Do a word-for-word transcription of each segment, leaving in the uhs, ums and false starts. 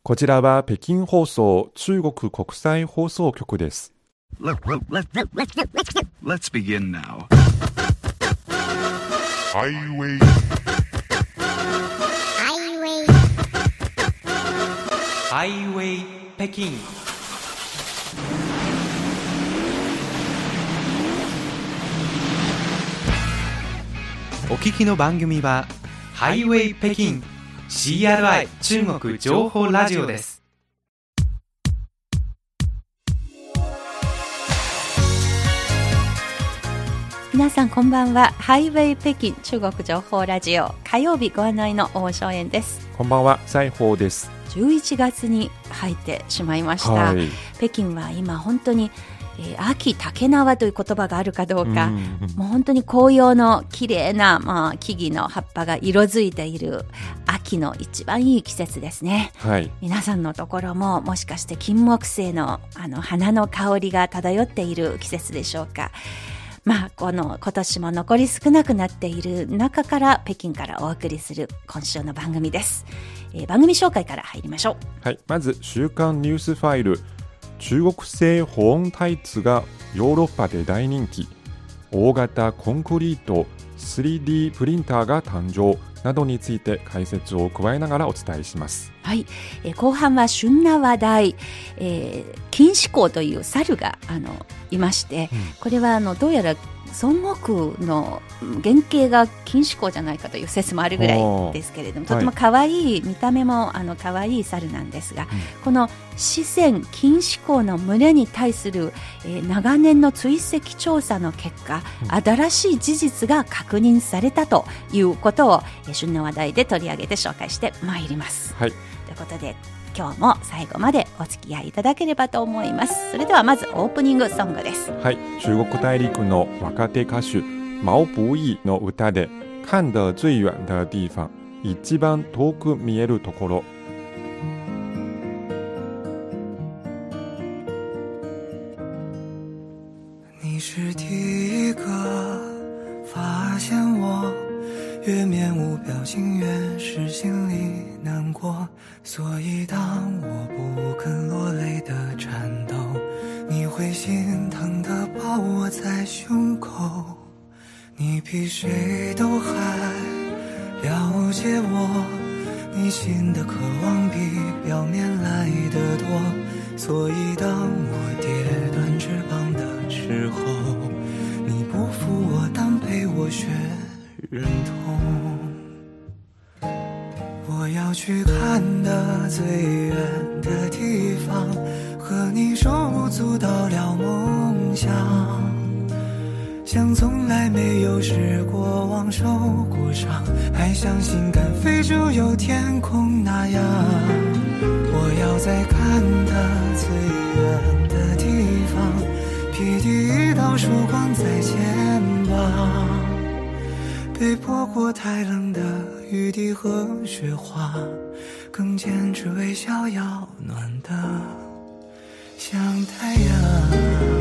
こちらは北京放送中国国際放送局です。 Let, let, let, let, let, let's begin now. Highway Highway Highway 北京。お聞きの番組はハイウェイ北京 シーアールアイ 中国情報ラジオです。 皆さんこんばんは。ハイウェイ北京中国情報ラジオ火曜日ご案内の大正円です。 こんばんは、西宝です。 じゅういちがつに入ってしまいました、はい、北京は今本当に、えー、秋竹縄という言葉があるかどうか、うんうん、もう本当に紅葉の綺麗な、まあ、木々の葉っぱが色づいている秋の一番いい季節ですね、はい、皆さんのところももしかして金木犀 の, あの花の香りが漂っている季節でしょうか。まあ、この今年も残り少なくなっている中から北京からお送りする今週の番組です、えー、番組紹介から入りましょう。 はい、まず週刊ニュースファイル。中国製保温タイツがヨーロッパで大人気。大型コンクリート スリーディー プリンターが誕生などについて解説を加えながらお伝えします。 はい、えー、後半は旬な話題、えー、金糸猴という猿があのいまして、うん、これはあのどうやら孫悟空の原型が金糸猴じゃないかという説もあるぐらいですけれども、とても可愛い、見た目もあの可愛い猿なんですが、うん、この四川金糸猴の群れに対する、えー、長年の追跡調査の結果、うん、新しい事実が確認されたということを、えー、旬の話題で取り上げて紹介してまいります、はい、ということで今日も最後までお付き合いいただければと思います。それではまずオープニングソングです。 はい、中国大陸の若手歌手毛不易の歌で看得最遠的地方、一番遠く見えるところ。 你是第一个发现我，越面无表情越是心里难过，所以当我不肯落泪的颤抖，你会心疼地抱我在胸口。你比谁都还了解我，你心的渴望比表面来得多，所以当我跌断翅膀的时候，你不负我但陪我学忍痛。我要去看的最远的地方，和你手舞足蹈聊梦想，像从来没有失过望受过伤，还相信敢飞就有天空那样。我要在看的最远的地方，披第一道曙光在肩膀，被泼过太冷的雨滴和雪花，更坚持微笑要暖的像太阳。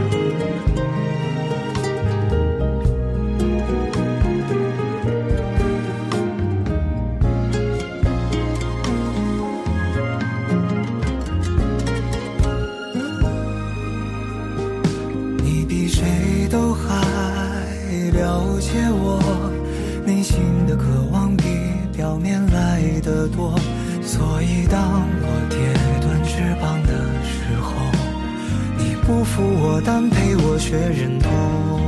你比谁都还了解我，内心的渴望比表面来得多，所以当我跌断翅膀的时候，你不负我但陪我学忍痛。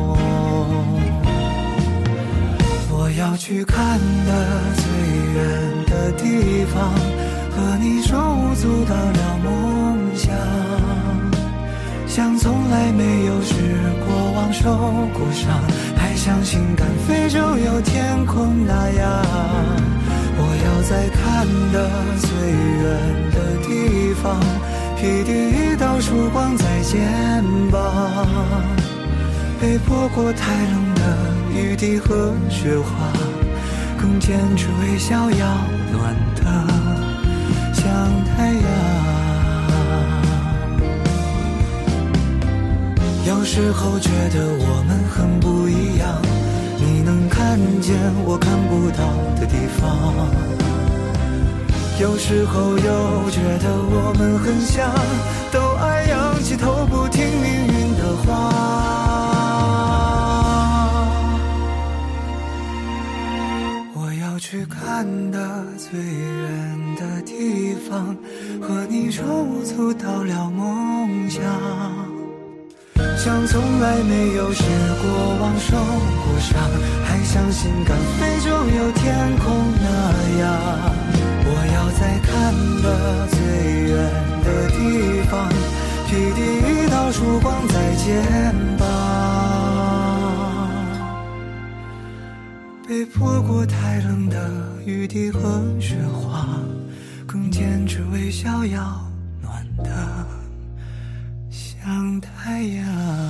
我要去看的最远的地方，和你手舞足蹈聊梦想，像从来没有失过望受过伤，还相信敢飞就有天空那样。我要在看的最远的地方，披第一道曙光在肩膀，被泼过太冷的雨滴和雪花，更坚持微笑要暖的像太阳。有时候觉得我们很不一样，你能看见我看不到的地方。 有时候又觉得我们很像，都爱仰起头不听命运的话。我要去看的最远的地方，和你手足到了梦想，像从来没有失过望受过伤，还相信敢飞就有天空那样。我要在看的最远的地方，披第一道曙光在肩膀，被泼过太冷的雨滴和雪花，更坚持微笑要暖的像太阳。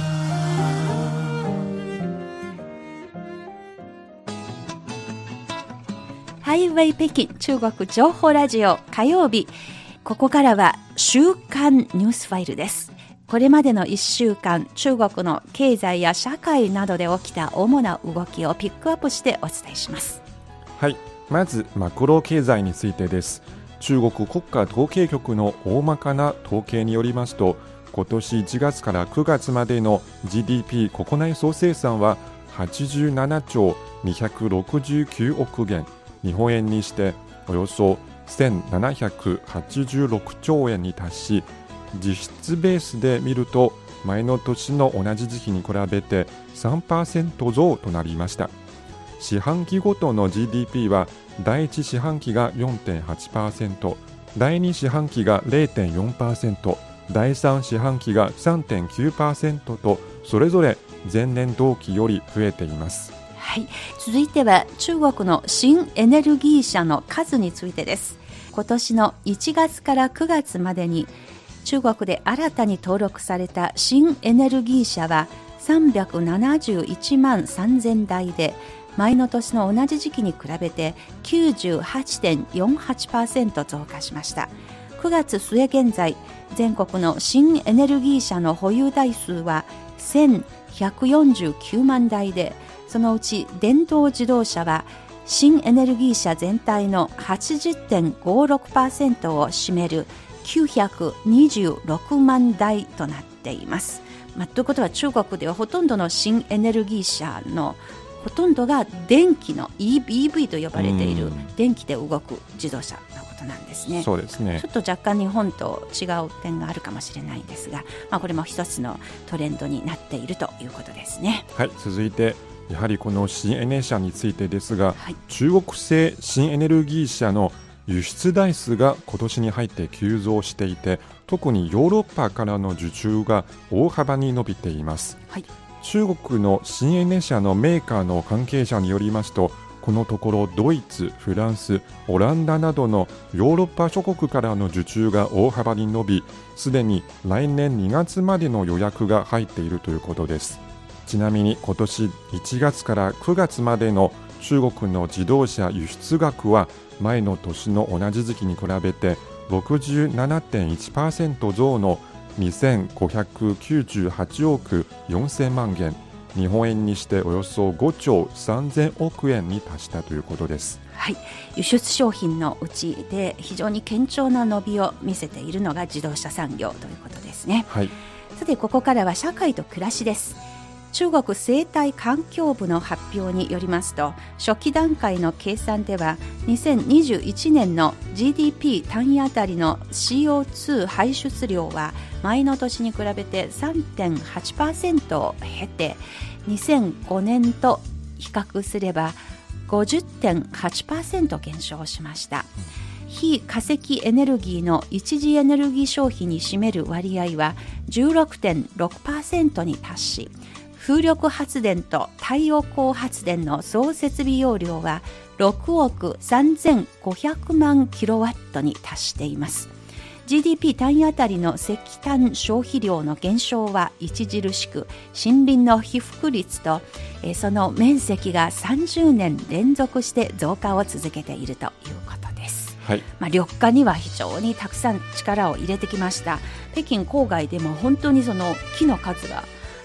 ハイウェイ北京中国情報ラジオ火曜日、ここからは週刊ニュースファイルです。これまでのいっしゅうかん、中国の経済や社会などで起きた主な動きをピックアップしてお伝えします。 はい、まずマクロ経済についてです。中国国家統計局の大まかな統計によりますと、今年いちがつからくがつまでの ジーディーピー 国内総生産ははちじゅうななちょうにひゃくろくじゅうきゅうおくげん、日本円にしておよそせんななひゃくはちじゅうろくちょうえんに達し、実質ベースで見ると前の年の同じ時期に比べて さんパーセント 増となりました。四半期ごとの ジーディーピー は第一四半期が よんてんはちパーセント、第二四半期が れいてんよんパーセント、第三四半期が さんてんきゅうパーセント とそれぞれ前年同期より増えています。 はい、続いては中国の新エネルギー車の数についてです。今年のいちがつからくがつまでに中国で新たに登録された新エネルギー車はさんびゃくななじゅういちまんさんぜんだいで、前の年の同じ時期に比べて きゅうじゅうはちてんよんはちパーセント 増加しました。くがつ末現在、全国の新エネルギー車の保有台数はせんひゃくよんじゅうきゅうまんだいで、そのうち電動自動車は新エネルギー車全体の はちじゅってんごろくパーセント を占めるきゅうひゃくにじゅうろくまんだいとなっています。まあ、ということは中国ではほとんどの新エネルギー車のほとんどが電気の イーブイ と呼ばれている電気で動く自動車のことなんですね。 そうですね。 ちょっと若干日本と違う点があるかもしれないんですが、まあ、これも一つのトレンドになっているということですね。 はい、続いてやはりこの新エネ車についてですが、 はい、 中国製新エネルギー車の輸出台数が今年に入って急増していて、特にヨーロッパからの受注が大幅に伸びています。 はい、 中国の新エネ車のメーカーの関係者によりますと、このところドイツ、フランス、オランダなどのヨーロッパ諸国からの受注が大幅に伸び、すでに来年にがつまでの予約が入っているということです。ちなみに今年いちがつからくがつまでの中国の自動車輸出額は前の年の同じ時期に比べて ろくじゅうななてんいちパーセント 増のにせんごひゃくきゅうじゅうはちおくよんせんまんげん、日本円にしておよそごちょうさんぜんおくえんに達したということです。 はい、輸出商品のうちで非常に堅調な伸びを見せているのが自動車産業ということですね。 はい、 さてここからは社会と暮らしです。中国生態環境部の発表によりますと、初期段階の計算ではにせんにじゅういちねんの ジーディーピー 単位あたりの シーオーツー 排出量は前の年に比べて さんてんはちパーセント 減って、にせんごねんと比較すれば ごじゅってんはちパーセント 減少しました。非化石エネルギーの一次エネルギー消費に占める割合は じゅうろくてんろくパーセント に達し、風力発電と太陽光発電の総設備容量はろくおくさんぜんごひゃくまんキロワットに達しています。ジーディーピー 単位あたりの石炭消費量の減少は著しく、森林の被覆率とえその面積がさんじゅうねん連続して増加を続けているということです。 はい、 まあ、緑化には非常にたくさん力を入れてきました。北京郊外でも本当にその木の数が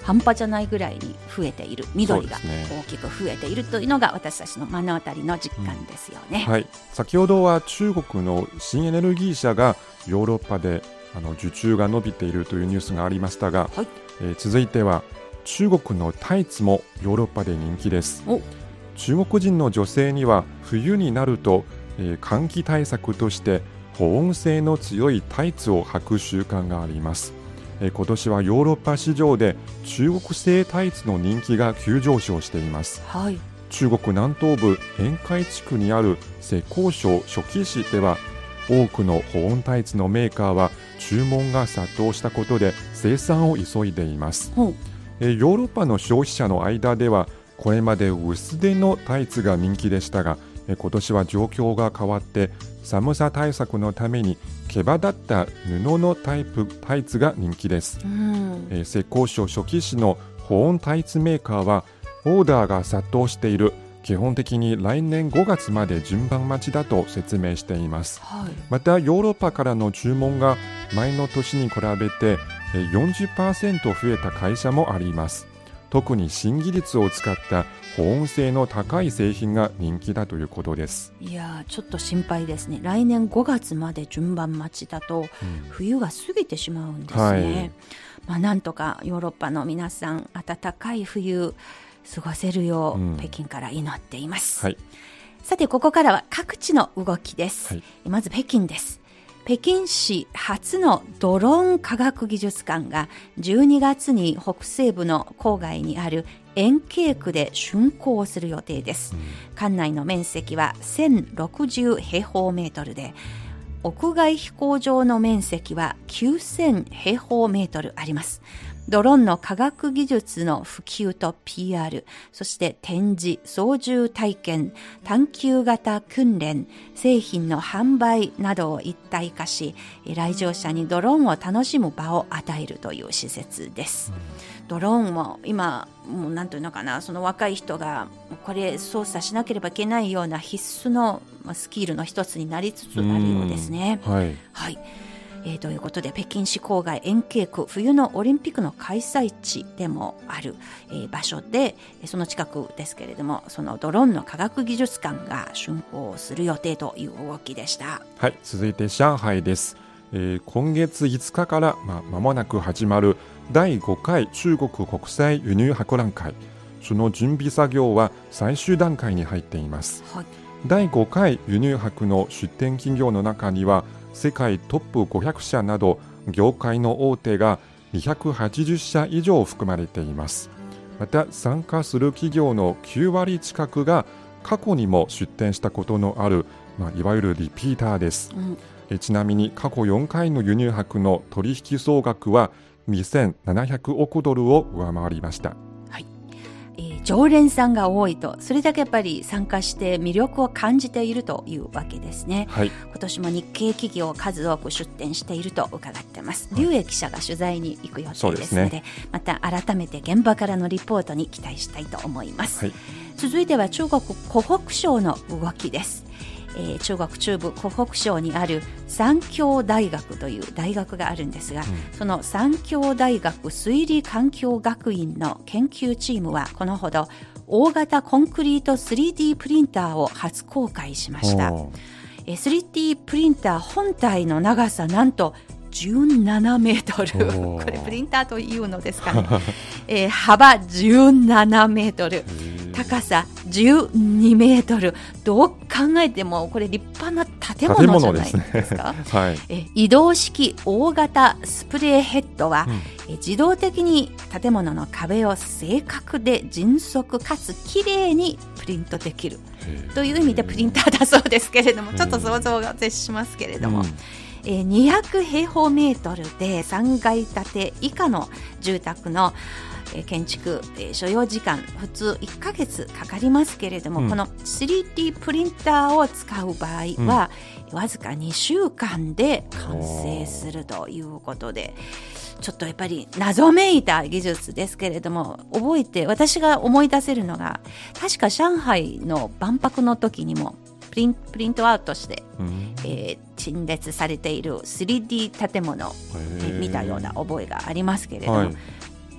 半端じゃないぐらいに増えている、緑がそうですね大きく増えているというのが私たちの目の当たりの実感ですよね、 うんはい、先ほどは中国の新エネルギー車がヨーロッパであの受注が伸びているというニュースがありましたが、 はいえー続いては中国のタイツもヨーロッパで人気です。 お中国人の女性には冬になると、えー換気対策として保温性の強いタイツを履く習慣があります。えー今年はヨーロッパ市場で中国製タイツの人気が急上昇しています。 はい中国南東部沿海地区にある浙江省初期市では多くの保温タイツのメーカーは注文が殺到したことで生産を急いでいます。 ほうえーヨーロッパの消費者の間ではこれまで薄手のタイツが人気でしたが、えー今年は状況が変わって寒さ対策のために毛羽立った布のタイプタイツが人気です。 うんえー浙江省初期市の保温タイツメーカーはオーダーが殺到している、基本的に来年ごがつまで順番待ちだと説明しています。 はいまたヨーロッパからの注文が前の年に比べてえー よんじゅっパーセント 増えた会社もあります。特に新技術を使った保温性の高い製品が人気だということです。 いやーちょっと心配ですね。来年ごがつまで順番待ちだと冬が過ぎてしまうんですね、 はいまあ、なんとかヨーロッパの皆さん暖かい冬過ごせるよう、 うん北京から祈っています、 はい、 さてここからは各地の動きです、 はいまず北京です。北京市初のドローン科学技術館がじゅうにがつに北西部の郊外にある延慶区で竣工する予定です、館内の面積はせんろくじゅう平方メートルで屋外飛行場の面積はきゅうせん平方メートルあります。ドローンの科学技術の普及と ピーアール、そして展示、操縦体験、探求型訓練、製品の販売などを一体化し、来場者にドローンを楽しむ場を与えるという施設です。ドローンも今、もうなんというのかな、その若い人がこれ操作しなければいけないような必須のスキルの一つになりつつあるようですね。 はいはいえー、ということで北京市郊外延慶区冬のオリンピックの開催地でもある、えー、場所でその近くですけれどもそのドローンの科学技術館が竣工する予定という動きでした。 はい、続いて上海です。えー今月いつかからまあ間もなく始まるだいごかい中国国際輸入博覧会、その準備作業は最終段階に入っています。 はいだいごかい輸入博の出展企業の中には世界トップごひゃくしゃなど業界の大手がにひゃくはちじゅっしゃ以上含まれています。また参加する企業のきゅうわり近くが過去にも出展したことのある、まあ、いわゆるリピーターです、 うんえちなみに過去よんかいの輸入博の取引総額はにせんななひゃくおくドルを上回りました。 えー常連さんが多いとそれだけやっぱり参加して魅力を感じているというわけですね。 はい、 今年も日系企業数多く出展していると伺ってます。劉英記者が取材に行く予定ですので、 そうですねまた改めて現場からのリポートに期待したいと思います、 はい、 続いては中国湖北省の動きです。えー中国中部湖北省にある三峡大学という大学があるんですが、その三峡大学水利環境学院の研究チームはこのほど大型コンクリート スリーディー プリンターを初公開しました。 おーえースリーディー プリンター本体の長さなんとじゅうななメートルおーこれプリンターというのですかね、えー幅じゅうななメートル高さじゅうにメートル、どう考えてもこれ立派な建物じゃないですか。 はい、 え移動式大型スプレーヘッドは、え自動的に建物の壁を正確で迅速かつきれいにプリントできるという意味でプリンターだそうですけれども、ちょっと想像が絶しますけれども、 うんえーにひゃく平方メートルでさんがい建て以下の住宅のえー建築、えー所要時間普通いっかげつかかりますけれども、 うんこの スリーディー プリンターを使う場合は、わずかにしゅうかんで完成するということで、ちょっとやっぱり謎めいた技術ですけれども、覚えて私が思い出せるのが確か上海の万博の時にもプリン、プリントアウトして、 うんえー陳列されている スリーディー 建物を見たような覚えがありますけれども、 はい、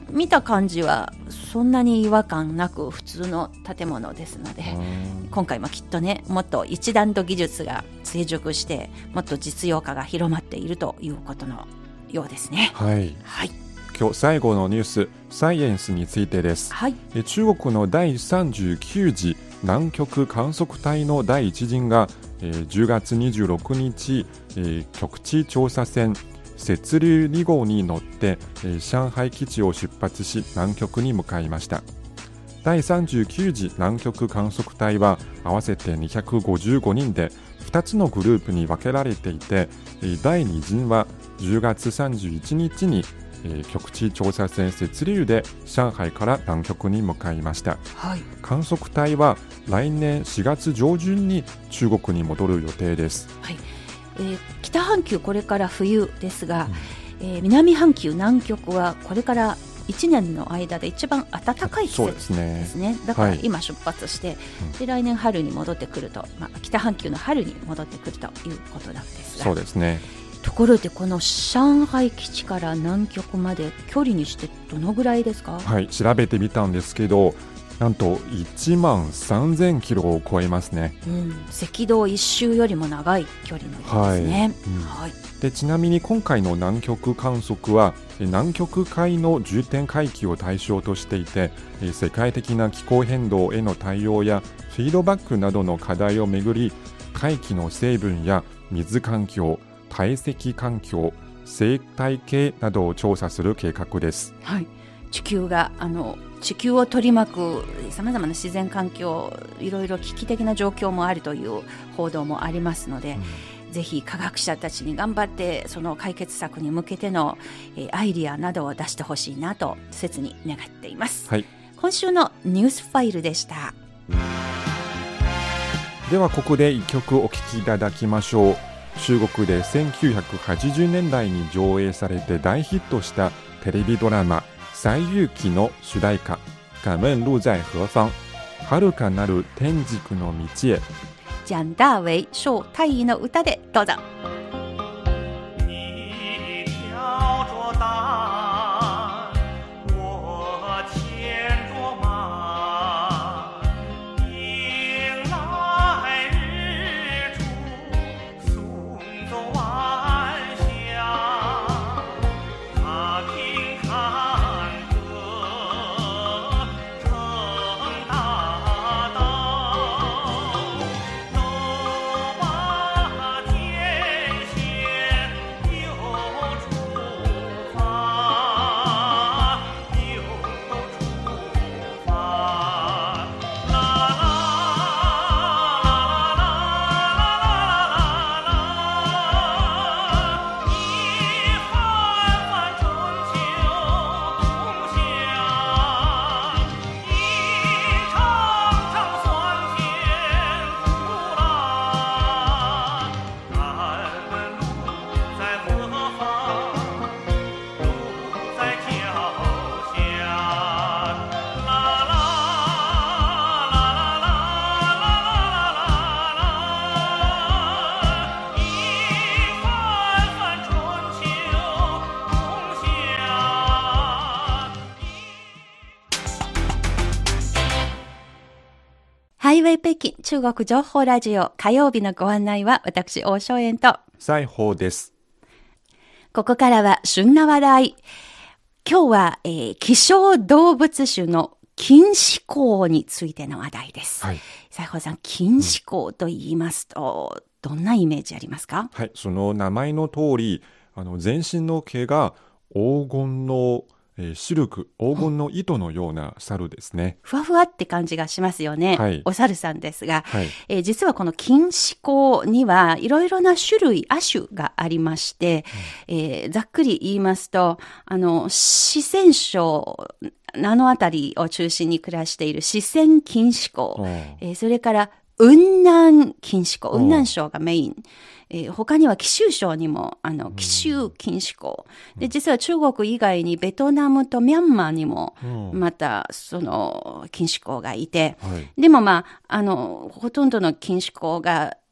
見た感じはそんなに違和感なく普通の建物ですので、今回もきっとね、もっと一段と技術が成熟してもっと実用化が広まっているということのようですね。 はい、 はい、 今日最後のニュース、サイエンスについてです。 はい、 え中国のだいさんじゅうきゅう次南極観測隊の第一陣が、えー、じゅうがつにじゅうろくにち、えー、極地調査船雪竜に号に乗って、えー、上海基地を出発し南極に向かいました。だいさんじゅうきゅう次南極観測隊は合わせてにひゃくごじゅうごにんでふたつのグループに分けられていて、えー、だいに陣はじゅうがつさんじゅういちにちに、えー、極地調査船雪竜で上海から南極に向かいました。 はい、 観測隊は来年しがつ上旬に中国に戻る予定です。 はい、えー、北半球これから冬ですが、うん、えー、南半球南極はこれからいちねんの間で一番暖かい季節ですね。ですね。だから今出発して、はい、で来年春に戻ってくると、まあ、北半球の春に戻ってくるということなんですが、 そうですね。 ところでこの上海基地から南極まで距離にしてどのぐらいですか？ はい、調べてみたんですけど、なんといちまんさんぜんキロを超えますね。 うん、赤道一周よりも長い距離のようですね。はい、うんはい、 でちなみに今回の南極観測は南極海の重点海域を対象としていて、世界的な気候変動への対応やフィードバックなどの課題をめぐり、大気の成分や水環境、堆積環境、生態系などを調査する計画です。 はい、地球があの地球を取り巻くさまざまな自然環境、いろいろ危機的な状況もあるという報道もありますので、うん、ぜひ科学者たちに頑張ってその解決策に向けての、えー、アイディアなどを出してほしいなと切に願っています。 はい、 今週のニュースファイルでした。 ではここでいっきょくお聴きいただきましょう。中国でせんきゅうひゃくはちじゅうねんだいに上映されて大ヒットしたテレビドラマ西遊記の主題歌、敢問路在何方、遥かなる天竺の道へ。 蒋大為、邵太乙の歌でどうぞ。ハイウェイ北京中国情報ラジオ、火曜日のご案内は私王正円と西宝です。 ここからは旬な話題。今日は、えー、希少動物種の金糸甲についての話題です。はい、西宝さん、金糸甲と言いますと、うん、どんなイメージありますか？ はい、その名前の通り、あの全身の毛が黄金のえー、シルク、黄金の糸のような猿ですね。 ふわふわって感じがしますよね。はい、お猿さんですが、はい、えー、実はこの金糸甲にはいろいろな種類、亜種がありまして、うん、えー、ざっくり言いますと、あの、四川省、あの辺りを中心に暮らしている四川金糸甲、えー、それから雲南金糸甲、雲南省がメイン。えー、他には貴州省にも、あの、貴州金糸甲。で、実は中国以外にベトナムとミャンマーにも、また、その、金糸甲がいて、はい、でもまあ、あの、ほとんどの金糸甲が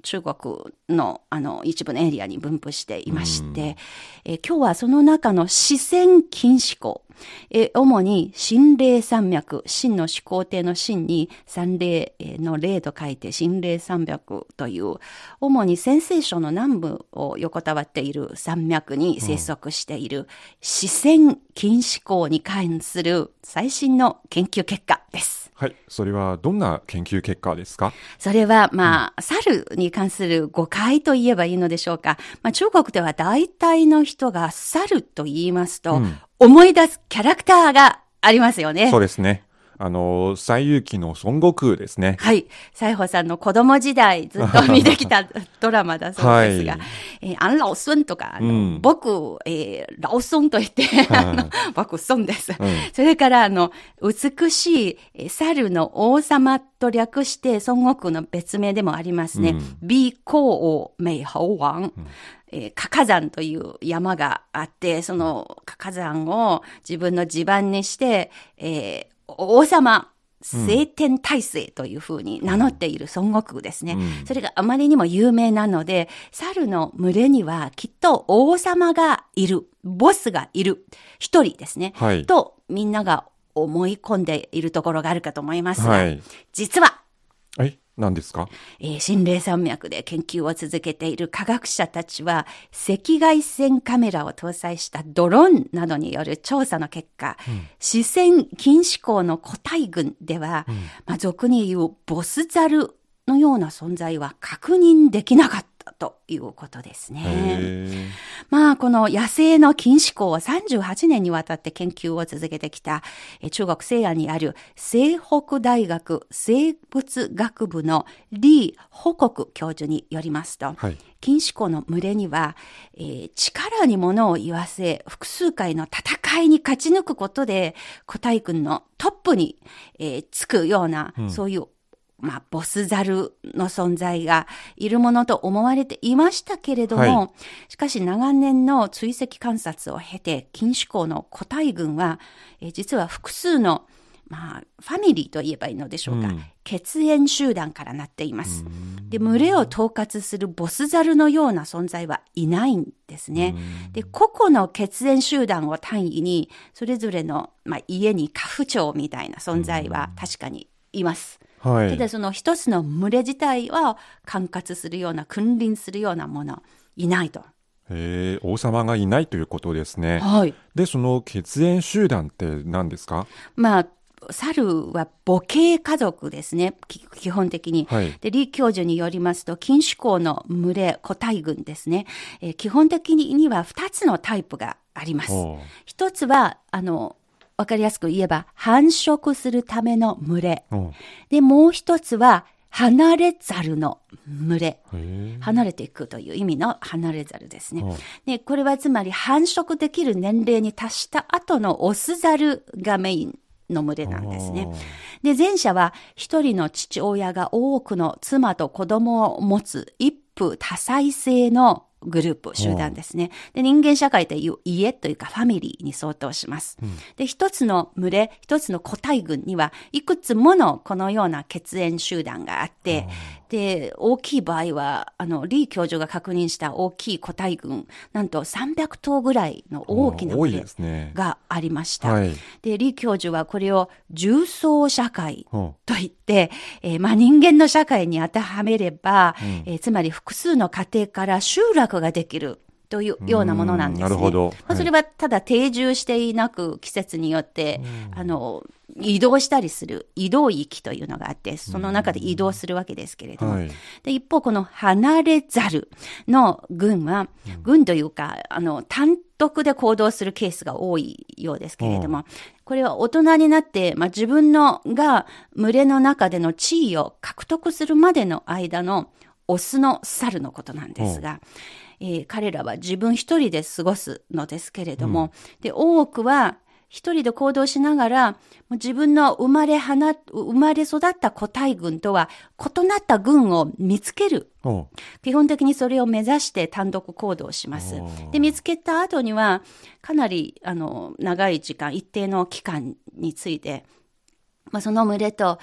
中国のあの一部のエリアに分布していまして、え今日はその中の四川金糸港、え主に新嶺山脈、秦の始皇帝の秦に山嶺の嶺と書いて新嶺山脈という、主に陝西省の南部を横たわっている山脈に生息している四川金糸港に関する最新の研究結果です。 はい。それはどんな研究結果ですか？ それは、まあ、うん、猿に関する誤解と言えばいいのでしょうか。まあ、中国では大体の人が猿と言いますと、うん、思い出すキャラクターがありますよね。 そうですね。あの、西遊記の孫悟空ですね。 はい。西宝さんの子供時代ずっと見てきたドラマだそうですが、はい、えー、アン・ラオスンとか、あの、うん、僕、えー、ラオソンと言って、あの、僕、ソンです。うん、それから、あの、美しい猿の王様と略して、孫悟空の別名でもありますね。美孔王美猴王。えー、花火山という山があって、その花火山を自分の地盤にして、えー王様、聖天体制というふうに名乗っている孫悟空ですね、うん。それがあまりにも有名なので、猿の群れにはきっと王様がいる、ボスがいる、一人ですね、はい。とみんなが思い込んでいるところがあるかと思いますが、はい、実は、 はい何ですか？ えー、新嶺山脈で研究を続けている科学者たちは、赤外線カメラを搭載したドローンなどによる調査の結果、うん、四川金糸港の個体群では、うんまあ、俗に言うボスザルのような存在は確認できなかったということですね。まあ、この野生の金糸港をさんじゅうはちねんにわたって研究を続けてきた中国西安にある西北大学生物学部の李保国教授によりますと、はい、金糸港の群れには、えー、力に物を言わせ複数回の戦いに勝ち抜くことで個体群のトップに、えー、つくような、うん、そういうまあ、ボスザルの存在がいるものと思われていましたけれども、はい、しかし長年の追跡観察を経て、金糸港の個体群は、え実は複数の、まあ、ファミリーと言えばいいのでしょうか、うん、血縁集団からなっています。で、群れを統括するボスザルのような存在はいないんですね。で、個々の血縁集団を単位に、それぞれの、まあ、家に家父長みたいな存在は確かにいます。はい、ただその一つの群れ自体は管轄するような君臨するようなものいないと。 へえ、王様がいないということですね。 はい。 で、その血縁集団って何ですか？ まあ猿は母系家族ですね、基本的に。はい、で、李教授によりますと、金糸港の群れ、個体群ですね、えー、基本的には二つのタイプがあります。一つは、あの、わかりやすく言えば、繁殖するための群れ。で、もう一つは、離れ猿の群れ。離れていくという意味の離れ猿ですね。で、これはつまり繁殖できる年齢に達した後のオス猿がメインの群れなんですね。で、前者は一人の父親が多くの妻と子供を持つ一夫多妻制のグループ、集団ですね。で、人間社会という家というかファミリーに相当します。うん、で、一つの群れ、一つの個体群にはいくつものこのような血縁集団があって、で、大きい場合は、あの、李教授が確認した大きい個体群、なんとさんびゃくとうぐらいの大きな群れがありました。はい、で、李教授はこれを重層社会といって、えー、まあ人間の社会に当てはめれば、うんえー、つまり複数の家庭から集落ができるというようなものなんですね。なるほど。はい、まあ、それはただ定住していなく季節によって、あの、移動したりする移動域というのがあって、その中で移動するわけですけれども。はい、で一方、この離れ猿の群は、うん、群というか、あの、単独で行動するケースが多いようですけれども、これは大人になって、まあ、自分のが群れの中での地位を獲得するまでの間のオスの猿のことなんですが、えー、彼らは自分一人で過ごすのですけれども、うん、で多くは一人で行動しながら自分の生まれはな生まれ育った個体群とは異なった群を見つける。基本的にそれを目指して単独行動します。で見つけた後にはかなりあの長い時間一定の期間について、まあ、その群れと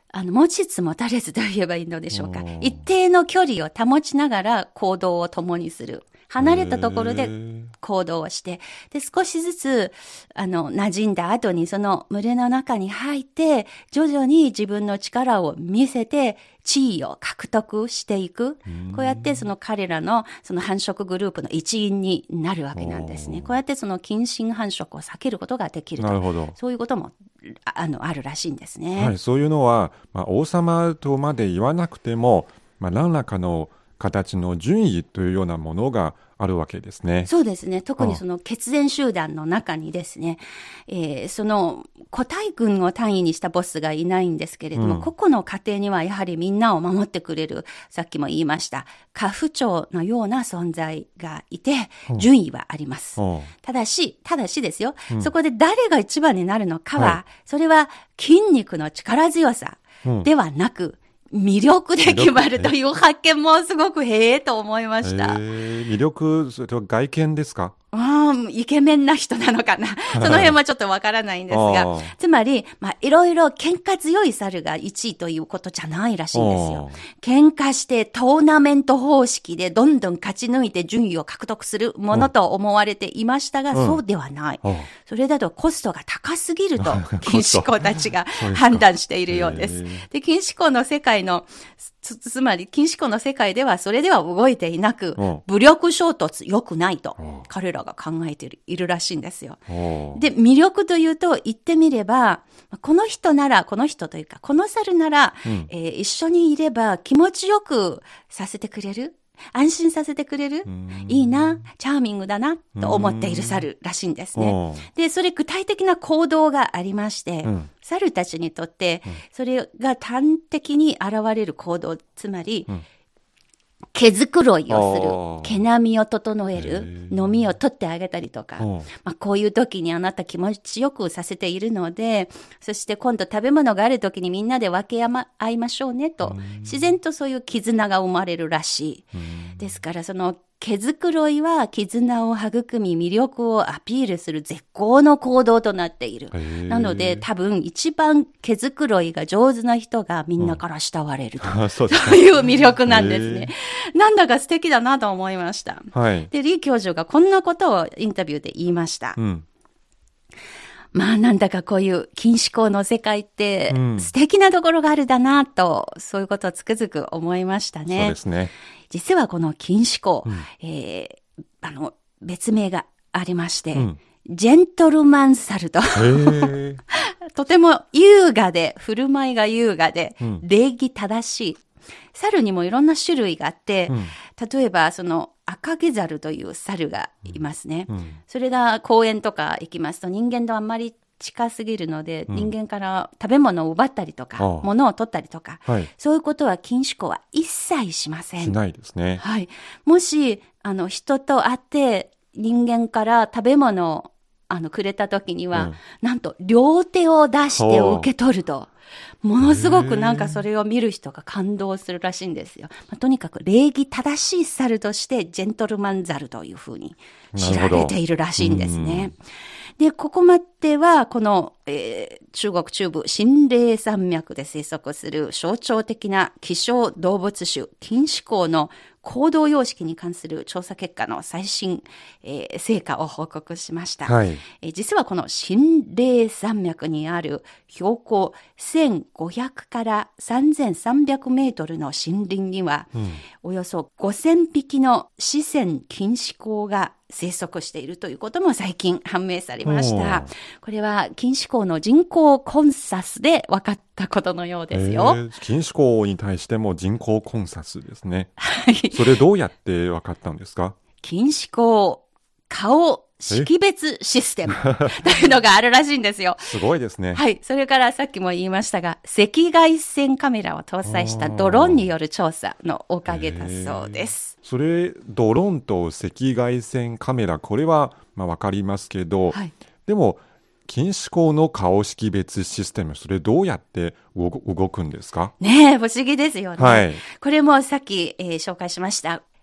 あの、持ちつ持たれずと言えばいいのでしょうか。 おー一定の距離を保ちながら行動を共にする。離れたところでへー行動をして、で、少しずつ、あの、馴染んだ後にその群れの中に入って、徐々に自分の力を見せて、地位を獲得していく。こうやってその彼らのその繁殖グループの一員になるわけなんですね。こうやってその近親繁殖を避けることができると。 なるほど。 そういうことも、ああの、あるらしいんですね。 はい、そういうのは、まあ、王様とまで言わなくても、まあ、何らかの形の順位というようなものがあるわけですね。 そうですね。特にその血縁集団の中にですね、えー、その個体群を単位にしたボスがいないんですけれども、うん、個々の家庭にはやはりみんなを守ってくれる、さっきも言いました、家父長のような存在がいて、順位はあります。うん、ただし、ただしですよ、うん、そこで誰が一番になるのかは、はい、それは筋肉の力強さではなく、魅力で決まるという発見もすごくへえと思いました。 えー、魅力、それは外見ですか？ ああ、イケメンな人なのかな。その辺はちょっとわからないんですが、つまり、まあ、いろいろ喧嘩強い猿がいちいということじゃないらしいんですよ。喧嘩してトーナメント方式でどんどん勝ち抜いて順位を獲得するものと思われていましたが、うん、そうではない。それだとコストが高すぎると、禁止校たちが判断しているようです。で、禁止校の世界の、つ, つまり禁止校の世界ではそれでは動いていなく、武力衝突良くないと、彼らが考えている、いるらしいんですよ。で、魅力というと言ってみれば、この人なら、この人というか、この猿なら、うんえー、一緒にいれば気持ちよくさせてくれる。安心させてくれる、いいな、チャーミングだな、と思っている猿らしいんですね。で、それ具体的な行動がありまして、うん、猿たちにとって、それが端的に現れる行動、つまり、うん毛づくろいをする、毛並みを整える、飲みを取ってあげたりとか、まあ、こういう時にあなた気持ちよくさせているので、そして今度食べ物がある時にみんなで分け合いましょうねと、自然とそういう絆が生まれるらしい。ですからその毛づくろいは絆を育み魅力をアピールする絶好の行動となっている。なので多分一番毛づくろいが上手な人がみんなから慕われると、うん、そういう魅力なんですね。なんだか素敵だなと思いました。はい、で、リー教授がこんなことをインタビューで言いました。うんまあなんだかこういう禁止校の世界って素敵なところがあるだなと、うん、そういうことをつくづく思いましたね。 そうですね。 実はこの禁止校、うんえー、あの別名がありまして、うん、ジェントルマン猿ととても優雅で振る舞いが優雅で、うん、礼儀正しい猿にもいろんな種類があって、うん、例えばその赤毛猿という猿がいますね、うんうん、それが公園とか行きますと人間とあんまり近すぎるので、うん、人間から食べ物を奪ったりとか物を取ったりとか、はい、そういうことは禁止校は一切しません。 しないですね、 はい、もしあの人と会って人間から食べ物をあのくれた時には、うん、なんと両手を出して受け取るとものすごくなんかそれを見る人が感動するらしいんですよ。まあ、とにかく礼儀正しい猿としてジェントルマン猿というふうに知られているらしいんですね。で、ここまではこの、えー、中国中部新嶺山脈で生息する象徴的な希少動物種禁止校の行動様式に関する調査結果の最新、えー、成果を報告しました、はいえー。実はこの新嶺山脈にある標高せんごひゃくからさんぜんさんびゃくメートルの森林には、うん、およそごせんぴきの四川禁止校が生息しているということも最近判明されました。これは禁止校の人工コンサスで分かったことのようですよ。 えー、禁止校に対しても人工コンサスですね。はい。それどうやって分かったんですか？ 禁止校顔識別システムというのがあるらしいんですよ。 すごいですね。 はい。それからさっきも言いましたが、赤外線カメラを搭載したドローンによる調査のおかげだそうです。 それ、ドローンと赤外線カメラ、これはまあわかりますけど、はい、でも、禁止校の顔識別システム、それどうやって動くんですか？ ねえ、不思議ですよね。 はい。 これもさっき、えー、紹介しました。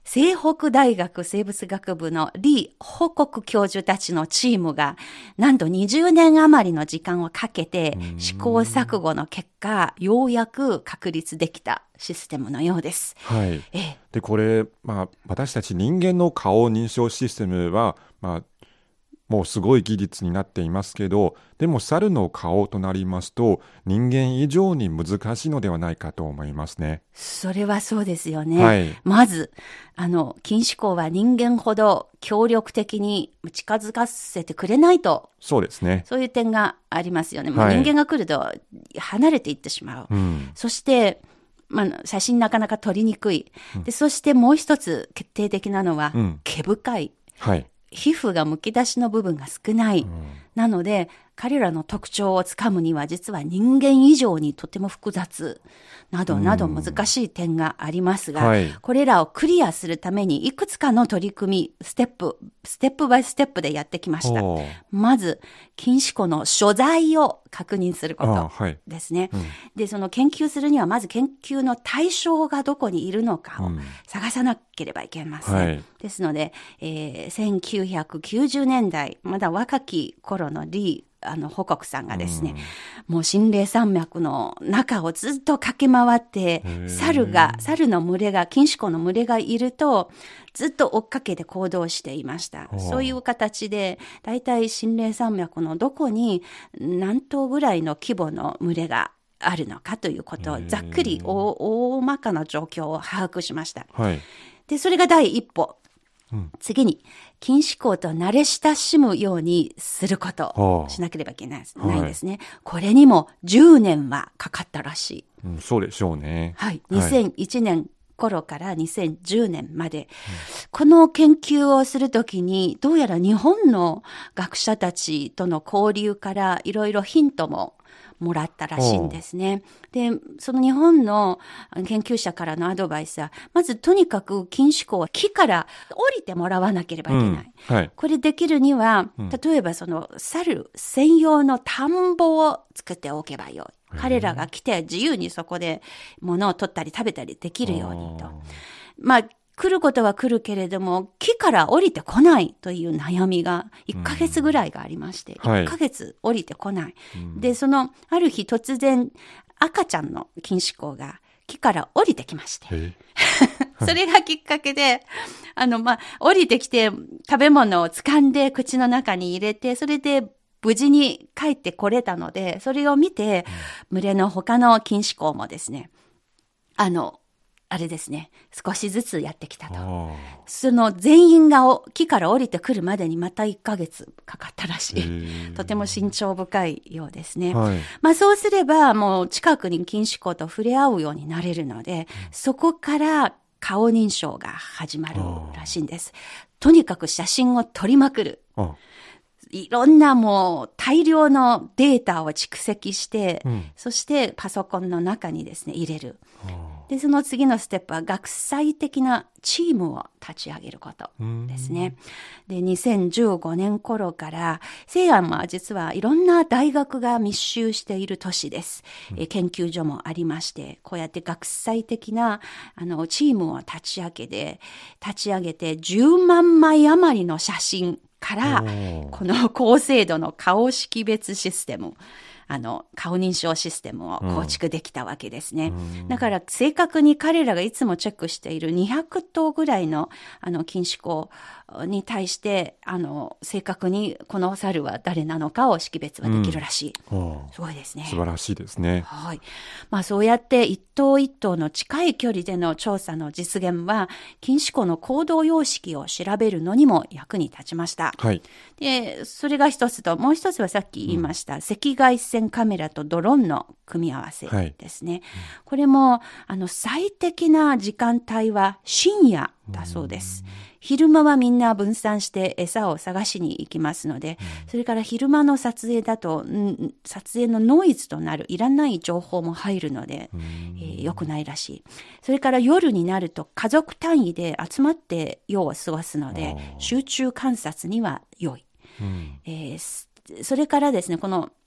西北大学生物学部の李保国教授たちのチームが、なんとにじゅうねん余りの時間をかけて試行錯誤の結果、ようやく確立できたシステムのようです。 はい。 ええ、 で、これ、まあ、私たち人間の顔認証システムは、まあ、もうすごい技術になっていますけど、でも猿の顔となりますと人間以上に難しいのではないかと思いますね。 それはそうですよね。 はい、 まずあの近視光は人間ほど協力的に近づかせてくれないと。 そうですね。 そういう点がありますよね。 はい、 もう人間が来ると離れていってしまう。 うん、 そしてまあ、写真なかなか撮りにくい。で、そしてもう一つ決定的なのは、うん、毛深い。 はい。 皮膚がむき出しの部分が少ない。うん、なので、彼らの特徴をつかむには実は人間以上にとても複雑などなど難しい点がありますが、はい、これらをクリアするためにいくつかの取り組み、ステップ、ステップバイステップでやってきました。まず、近視光の所在を確認することですね。はい、うん、で、その研究するにはまず研究の対象がどこにいるのかを探さなければいけません。うん、はい、ですので、えー、せんきゅうひゃくきゅうじゅうねんだい、まだ若き頃の李あの、保国さんがですね、うん、もう心霊山脈の中をずっと駆け回って、猿が、猿の群れが、近視光の群れがいると、ずっと追っかけて行動していました。そういう形で、だいたい心霊山脈のどこに何頭ぐらいの規模の群れがあるのかということを、ざっくり大、大まかな状況を把握しました。はい、で、それが第一歩。うん、次に、近視光と慣れ親しむようにすることをしなければいけない、はあ、ないですね。これにもじゅうねんはかかったらしい。 うん、そうでしょうね。 はい。にせんいちねん頃からにせんじゅうねんまで、はい、この研究をするときに、どうやら日本の学者たちとの交流からいろいろヒントももらったらしいんですね。で、その日本の研究者からのアドバイスは、まずとにかく近視光は木から降りてもらわなければいけない。うん、はい、これできるには、例えばその猿専用の田んぼを作っておけばよい。彼らが来て自由にそこで物を取ったり食べたりできるようにと。まあ来ることは来るけれども、木から降りてこないという悩みがいっかげつぐらいがありまして、うん、いっかげつ降りてこない。はい、で、その、ある日突然、赤ちゃんの近視光が木から降りてきまして。それがきっかけで、あの、まあ、降りてきて食べ物を掴んで口の中に入れて、それで無事に帰ってこれたので、それを見て、群れの他の近視光もですね、あの、あれですね、少しずつやってきたと。その全員が木から降りてくるまでにまたいっかげつかかったらしい。とても慎重深いようですね。はい、まあそうすればもう近くに近視光と触れ合うようになれるので、うん、そこから顔認証が始まるらしいんです。とにかく写真を撮りまくる。いろんなもう大量のデータを蓄積して、うん、そしてパソコンの中にですね、入れる。で、その次のステップは学際的なチームを立ち上げることですね。で、にせんじゅうごねん頃から、西安は実はいろんな大学が密集している都市です。うん、え研究所もありまして、こうやって学際的なあのチームを立ち上げて、立ち上げてじゅうまんまい余りの写真から、この高精度の顔識別システム、あの、顔認証システムを構築できたわけですね。うん、だから正確に彼らがいつもチェックしているにひゃくとうぐらいの、あの、近視光に対して、あの、正確にこの猿は誰なのかを識別はできるらしい。うん、すごいですね。 素晴らしいですね。 はい。まあそうやって一頭一頭の近い距離での調査の実現は、近視光の行動様式を調べるのにも役に立ちました。はい。で、それが一つと、もう一つはさっき言いました、うん、赤外線カメラとドローンの組み合わせですね。はい、これも、あの、最適な時間帯は深夜だそうです。昼間はみんな分散して餌を探しに行きますので、それから昼間の撮影だと、ん撮影のノイズとなるいらない情報も入るので、えー、良くないらしい。それから夜になると家族単位で集まって夜を過ごすので、集中観察には良い。うん、えー、それからですね、この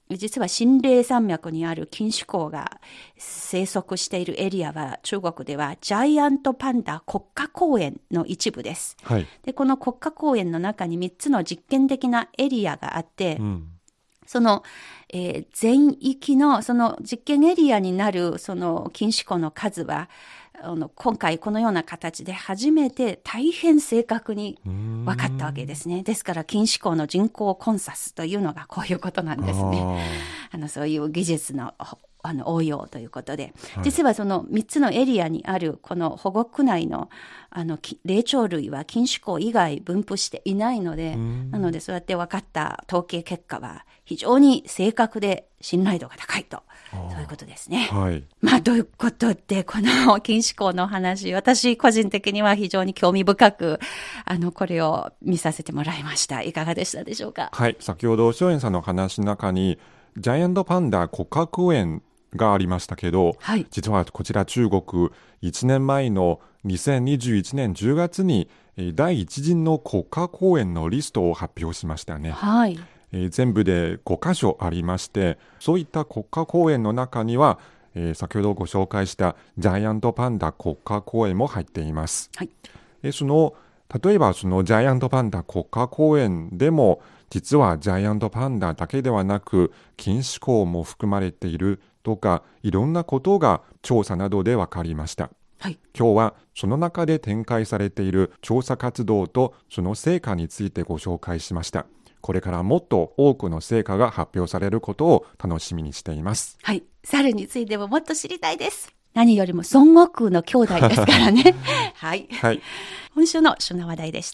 実は新嶺山脈にある錦糸港が生息しているエリアは中国ではジャイアントパンダ国家公園の一部です。 はい、 でこの国家公園の中にみっつの実験的なエリアがあって、 うん、 その、えー、全域のその実験エリアになるその錦糸湖の数はあの今回このような形で初めて大変正確に分かったわけですね。ですから錦糸港の人工コンサスというのがこういうことなんですね。あのそういう技術のあの応用ということで、はい、実はそのみっつのエリアにあるこの保護区内のあの霊長類は錦糸港以外分布していないので、なのでそうやって分かった統計結果は非常に正確で信頼度が高いと、そういうことですね。 はい、 まあということでこの錦糸港の話、私個人的には非常に興味深くあのこれを見させてもらいました。いかがでしたでしょうか。 はい、先ほど松園さんの話の中にジャイアントパンダ国家公園がありましたけど、はい、実はこちら中国いちねんまえのにせんにじゅういちねんじゅうがつに第一陣の国家公園のリストを発表しましたね。 はい、 えー、全部でごかしょありまして、そういった国家公園の中には、えー、先ほどご紹介したジャイアントパンダ国家公園も入っています。はい、えー、その例えばそのジャイアントパンダ国家公園でも実はジャイアントパンダだけではなく錦糸港も含まれているとか、いろんなことが調査などで分かりました。はい、今日はその中で展開されている調査活動とその成果についてご紹介しました。これからもっと多くの成果が発表されることを楽しみにしています。 はい、猿についてももっと知りたいです。何よりも孫悟空の兄弟ですからね。はい、はい、今週の旬な話題でした。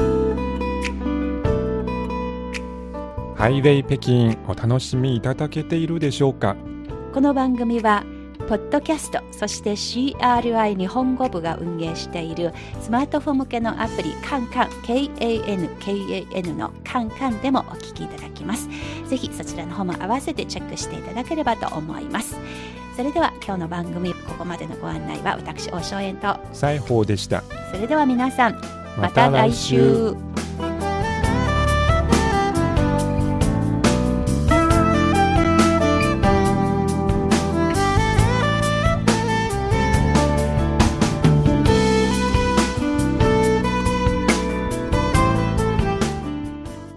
ハイウェイ北京お楽しみいただけているでしょうか。 この番組はポッドキャスト、そして シーアールアイ 日本語部が運営しているスマートフォン向けのアプリカンカン ケーエーエヌケーエーエヌ のカンカンでもお聞きいただきます。ぜひそちらの方も合わせてチェックしていただければと思います。それでは今日の番組ここまでのご案内は私大正円と西宝でした。 それでは皆さんまた来週。